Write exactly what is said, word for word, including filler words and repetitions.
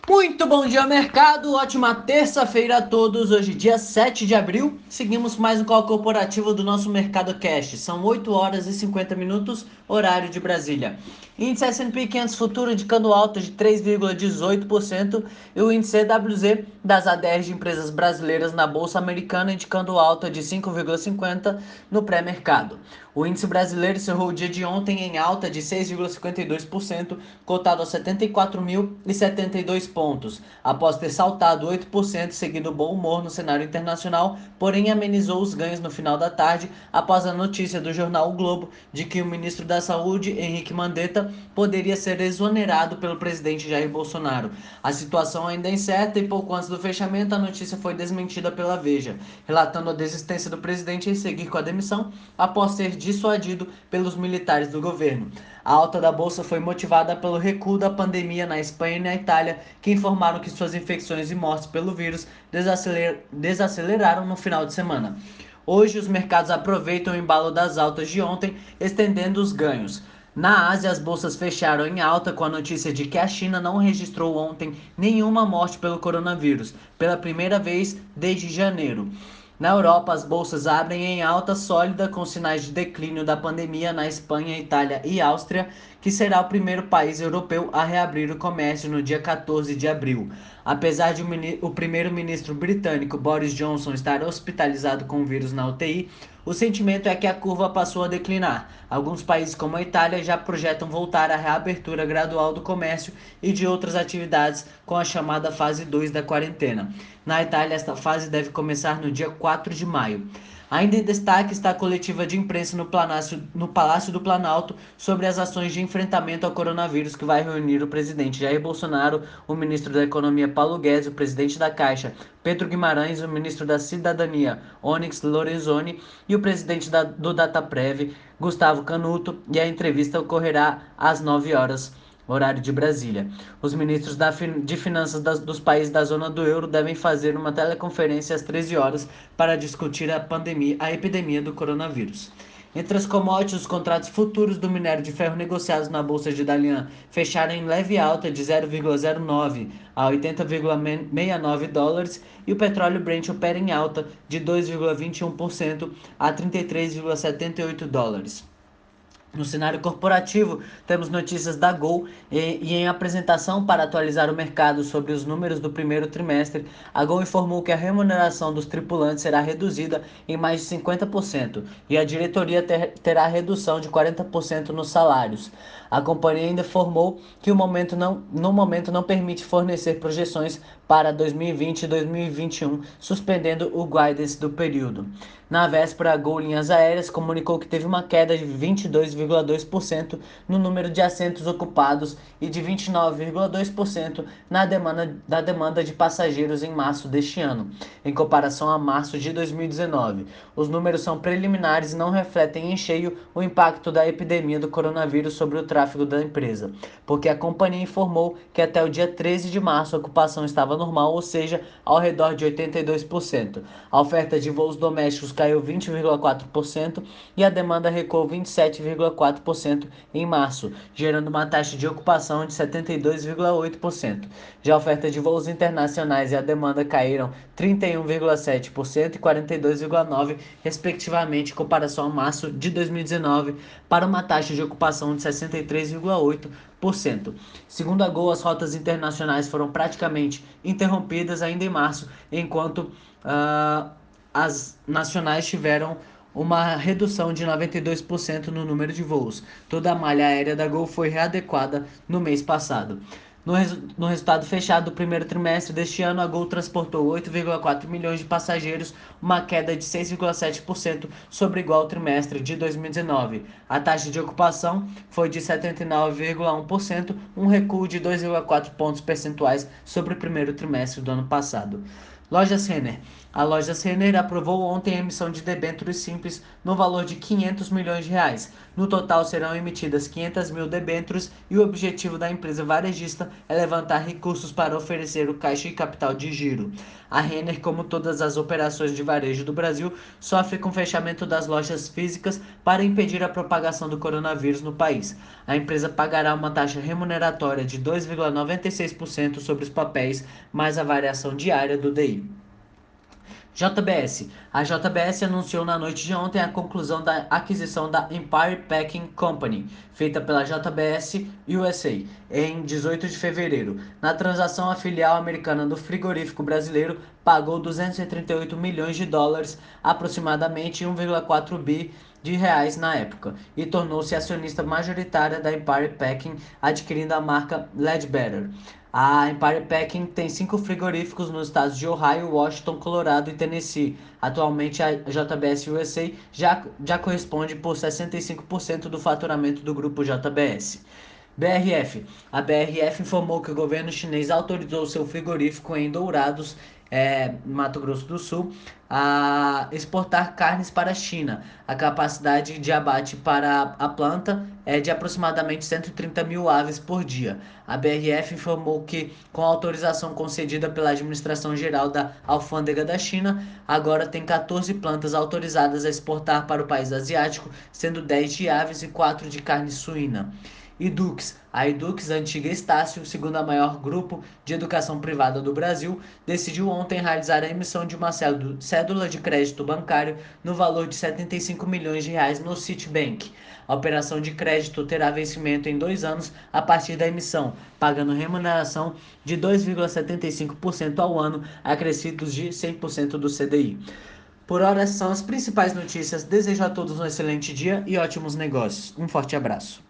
Muito bom dia, mercado. Ótima terça-feira a todos. Hoje, dia sete de abril. Seguimos mais um call corporativo do nosso Mercado Cash. São oito horas e cinquenta minutos, horário de Brasília. Índice S e P quinhentos futuro indicando alta de três vírgula dezoito por cento e o índice E W Z das A dez de empresas brasileiras na Bolsa Americana indicando alta de cinco vírgula cinquenta por cento no pré-mercado. O índice brasileiro encerrou o dia de ontem em alta de seis vírgula cinquenta e dois por cento, cotado a setenta e quatro mil e setenta e dois pontos, após ter saltado oito por cento seguindo bom humor no cenário internacional, porém amenizou os ganhos no final da tarde após a notícia do jornal O Globo de que o ministro da Saúde, Henrique Mandetta, poderia ser exonerado pelo presidente Jair Bolsonaro. A situação ainda é incerta e pouco antes do fechamento a notícia foi desmentida pela Veja, relatando a desistência do presidente em seguir com a demissão após ser dissuadido pelos militares do governo. A alta da bolsa foi motivada pelo recuo da pandemia na Espanha e na Itália, que informaram que suas infecções e mortes pelo vírus desaceler desaceleraram no final de semana. Hoje, os mercados aproveitam o embalo das altas de ontem, estendendo os ganhos. Na Ásia, as bolsas fecharam em alta com a notícia de que a China não registrou ontem nenhuma morte pelo coronavírus, pela primeira vez desde janeiro. Na Europa, as bolsas abrem em alta sólida com sinais de declínio da pandemia na Espanha, Itália e Áustria, que será o primeiro país europeu a reabrir o comércio no dia quatorze de abril. Apesar de o, o primeiro-ministro britânico Boris Johnson estar hospitalizado com o vírus na U T I, o sentimento é que a curva passou a declinar. Alguns países como a Itália já projetam voltar à reabertura gradual do comércio e de outras atividades com a chamada fase dois da quarentena. Na Itália, esta fase deve começar no dia quatro de maio. Ainda em destaque está a coletiva de imprensa no, Planácio, no Palácio do Planalto sobre as ações de enfrentamento ao coronavírus que vai reunir o presidente Jair Bolsonaro, o ministro da Economia Paulo Guedes, o presidente da Caixa Pedro Guimarães, o ministro da Cidadania Onyx Lorenzoni e o presidente da, do Dataprev Gustavo Canuto, e a entrevista ocorrerá às nove horas. Horário de Brasília. Os ministros da, de Finanças das, dos países da zona do euro devem fazer uma teleconferência às treze horas para discutir a, pandemia, a epidemia do coronavírus. Entre as commodities, os contratos futuros do minério de ferro negociados na Bolsa de Dalian fecharam em leve alta de zero vírgula zero nove a oitenta vírgula sessenta e nove dólares e o petróleo Brent opera em alta de dois vírgula vinte e um por cento a trinta e três vírgula setenta e oito dólares. No cenário corporativo, temos notícias da Gol e, e em apresentação para atualizar o mercado sobre os números do primeiro trimestre, a Gol informou que a remuneração dos tripulantes será reduzida em mais de cinquenta por cento e a diretoria ter, terá redução de quarenta por cento nos salários. A companhia ainda informou que o momento não, no momento não permite fornecer projeções para dois mil e vinte e dois mil e vinte e um, suspendendo o guidance do período. Na véspera, a Gol Linhas Aéreas comunicou que teve uma queda de vinte e dois vírgula dois por cento no número de assentos ocupados e de vinte e nove vírgula dois por cento na demanda, da demanda de passageiros em março deste ano, em comparação a março de dois mil e dezenove. Os números são preliminares e não refletem em cheio o impacto da epidemia do coronavírus sobre o tráfego da empresa, porque a companhia informou que até o dia treze de março a ocupação estava normal, ou seja, ao redor de oitenta e dois por cento. A oferta de voos domésticos caiu vinte vírgula quatro por cento e a demanda recuou vinte e sete vírgula quatro por cento em março, gerando uma taxa de ocupação de setenta e dois vírgula oito por cento. Já a oferta de voos internacionais e a demanda caíram trinta e um vírgula sete por cento e quarenta e dois vírgula nove por cento, respectivamente, em comparação a março de dois mil e dezenove, para uma taxa de ocupação de sessenta e três vírgula oito por cento. Segundo a Gol, as rotas internacionais foram praticamente interrompidas ainda em março, enquanto uh, as nacionais tiveram uma redução de noventa e dois por cento no número de voos. Toda a malha aérea da Gol foi readequada no mês passado. No, res, no resultado fechado do primeiro trimestre deste ano, a Gol transportou oito vírgula quatro milhões de passageiros, uma queda de seis vírgula sete por cento sobre o igual trimestre de dois mil e dezenove. A taxa de ocupação foi de setenta e nove vírgula um por cento, um recuo de dois vírgula quatro pontos percentuais sobre o primeiro trimestre do ano passado. Lojas Renner. A Lojas Renner aprovou ontem a emissão de debêntures simples no valor de quinhentos milhões de reais. No total serão emitidas quinhentas mil debêntures e o objetivo da empresa varejista é levantar recursos para oferecer o caixa e capital de giro. A Renner, como todas as operações de varejo do Brasil, sofre com o fechamento das lojas físicas para impedir a propagação do coronavírus no país. A empresa pagará uma taxa remuneratória de dois vírgula noventa e seis por cento sobre os papéis, mais a variação diária do D I. J B S. A J B S anunciou na noite de ontem a conclusão da aquisição da Empire Packing Company, feita pela J B S U S A, em dezoito de fevereiro. Na transação, a filial americana do frigorífico brasileiro pagou duzentos e trinta e oito milhões de dólares, aproximadamente um vírgula quatro bi de reais na época, e tornou-se acionista majoritária da Empire Packing, adquirindo a marca Ledbetter. A Empire Packing tem cinco frigoríficos nos estados de Ohio, Washington, Colorado e Tennessee. Atualmente, a J B S U S A já, já corresponde por sessenta e cinco por cento do faturamento do grupo J B S. B R F. A B R F informou que o governo chinês autorizou seu frigorífico em Dourados, é, Mato Grosso do Sul, a exportar carnes para a China. A capacidade de abate para a planta é de aproximadamente cento e trinta mil aves por dia. A B R F informou que, com a autorização concedida pela Administração Geral da Alfândega da China, agora tem quatorze plantas autorizadas a exportar para o país asiático, sendo dez de aves e quatro de carne suína. Edux. A Edux, antiga Estácio, segundo maior grupo de educação privada do Brasil, decidiu ontem realizar a emissão de uma cédula de crédito bancário no valor de setenta e cinco milhões de reais no Citibank. A operação de crédito terá vencimento em dois anos a partir da emissão, pagando remuneração de dois vírgula setenta e cinco por cento ao ano, acrescidos de cem por cento do C D I. Por hora, essas são as principais notícias. Desejo a todos um excelente dia e ótimos negócios. Um forte abraço.